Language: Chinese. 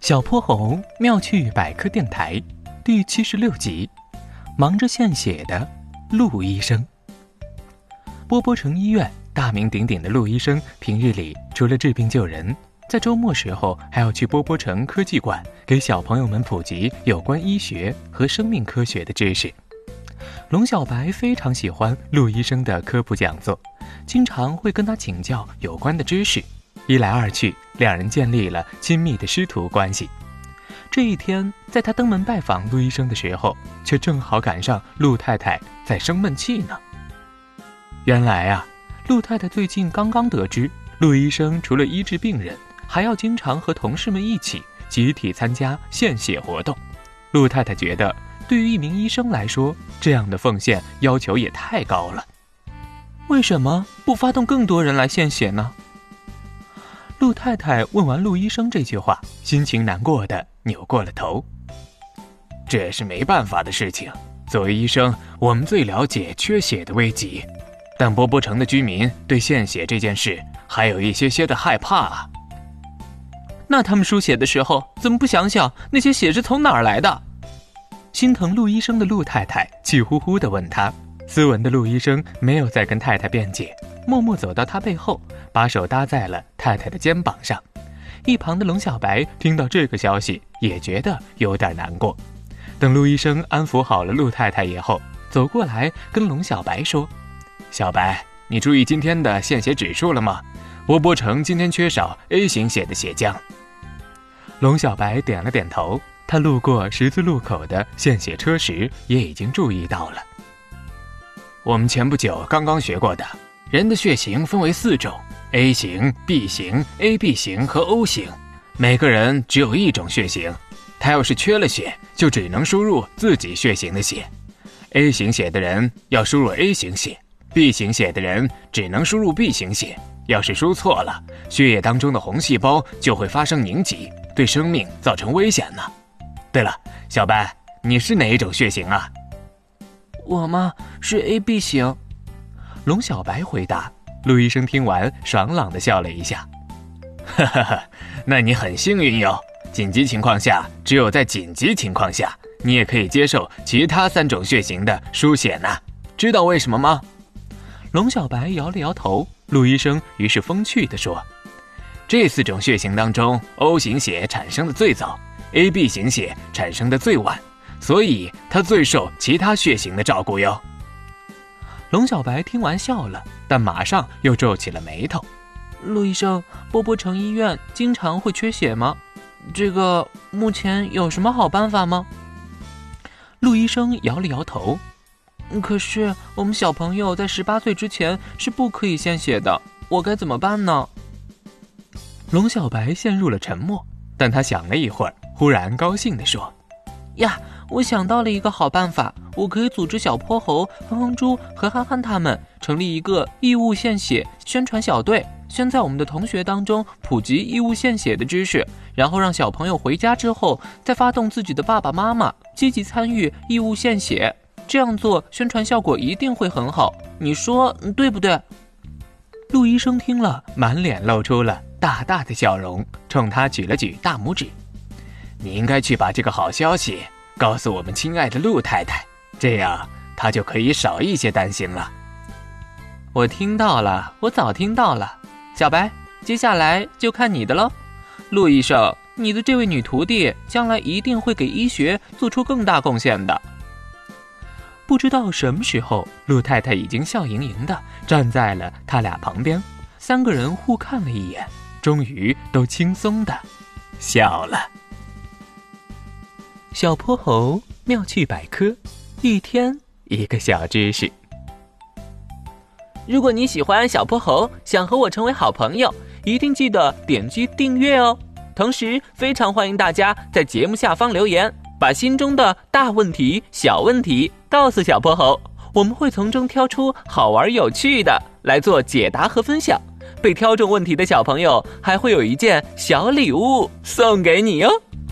小泼猴妙趣百科电台第76集，忙着献血的陆医生。波波城医院大名鼎鼎的陆医生，平日里除了治病救人，在周末时候还要去波波城科技馆给小朋友们普及有关医学和生命科学的知识。龙小白非常喜欢陆医生的科普讲座，经常会跟他请教有关的知识，一来二去，两人建立了亲密的师徒关系。这一天，在他登门拜访陆医生的时候，却正好赶上陆太太在生闷气呢。原来啊，陆太太最近刚刚得知，陆医生除了医治病人，还要经常和同事们一起集体参加献血活动。陆太太觉得，对于一名医生来说，这样的奉献要求也太高了。为什么不发动更多人来献血呢？陆太太问完陆医生这句话，心情难过的扭过了头。 这是没办法的事情，作为医生，我们最了解缺血的危急，但波波城的居民对献血这件事还有一些的害怕啊。 那他们输血的时候，怎么不想想那些血是从哪儿来的？心疼陆医生的陆太太气呼呼地问他。斯文的陆医生没有再跟太太辩解，默默走到他背后，把手搭在了太太的肩膀上。一旁的龙小白听到这个消息，也觉得有点难过。等陆医生安抚好了陆太太以后，走过来跟龙小白说： 小白，你注意今天的献血指数了吗？波波城今天缺少 A 型血的血浆。 龙小白点了点头，他路过十字路口的献血车时，也已经注意到了。 我们前不久刚刚学过的，人的血型分为4种 A 型、B 型、AB 型和 O 型，每个人只有一种血型，他要是缺了血，就只能输入自己血型的血。A 型血的人要输入 A 型血， B 型血的人只能输入 B 型血，要是输错了，血液当中的红细胞就会发生凝集，对生命造成危险呢。对了，小白，你是哪一种血型啊？ 我吗？是 AB 型。 龙小白回答。陆医生听完爽朗地笑了一下。 哈哈哈，那你很幸运哟。紧急情况下，只有在紧急情况下，你也可以接受其他3种血型的输血呢。知道为什么吗？ 龙小白摇了摇头。陆医生于是风趣地说： 这4种血型当中， O 型血产生的最早， AB 型血产生的最晚，所以它最受其他血型的照顾哟。 龙小白听完笑了，但马上又皱起了眉头。 陆医生，波波城医院经常会缺血吗？这个目前有什么好办法吗？ 陆医生摇了摇头。 可是我们小朋友在18岁之前是不可以献血的，我该怎么办呢？ 龙小白陷入了沉默，但他想了一会儿，忽然高兴地说： 呀，我想到了一个好办法，我可以组织小泼猴、哼哼猪和憨憨他们成立一个义务献血宣传小队，先在我们的同学当中普及义务献血的知识，然后让小朋友回家之后再发动自己的爸爸妈妈积极参与义务献血，这样做宣传效果一定会很好，你说对不对？ 陆医生听了，满脸露出了大大的笑容，冲他举了举大拇指。 你应该去把这个好消息告诉我们亲爱的陆太太，这样她就可以少一些担心了。 我听到了，我早听到了。小白，接下来就看你的了。陆医生，你的这位女徒弟将来一定会给医学做出更大贡献的。 不知道什么时候，陆太太已经笑盈盈地站在了他俩旁边，3个人互看了一眼，终于都轻松地笑了。小泼猴妙趣百科，一天一个小知识。 如果你喜欢小泼猴，想和我成为好朋友，一定记得点击订阅哦。同时非常欢迎大家在节目下方留言，把心中的大问题、小问题告诉小泼猴，我们会从中挑出好玩有趣的来做解答和分享。被挑中问题的小朋友还会有一件小礼物送给你哟。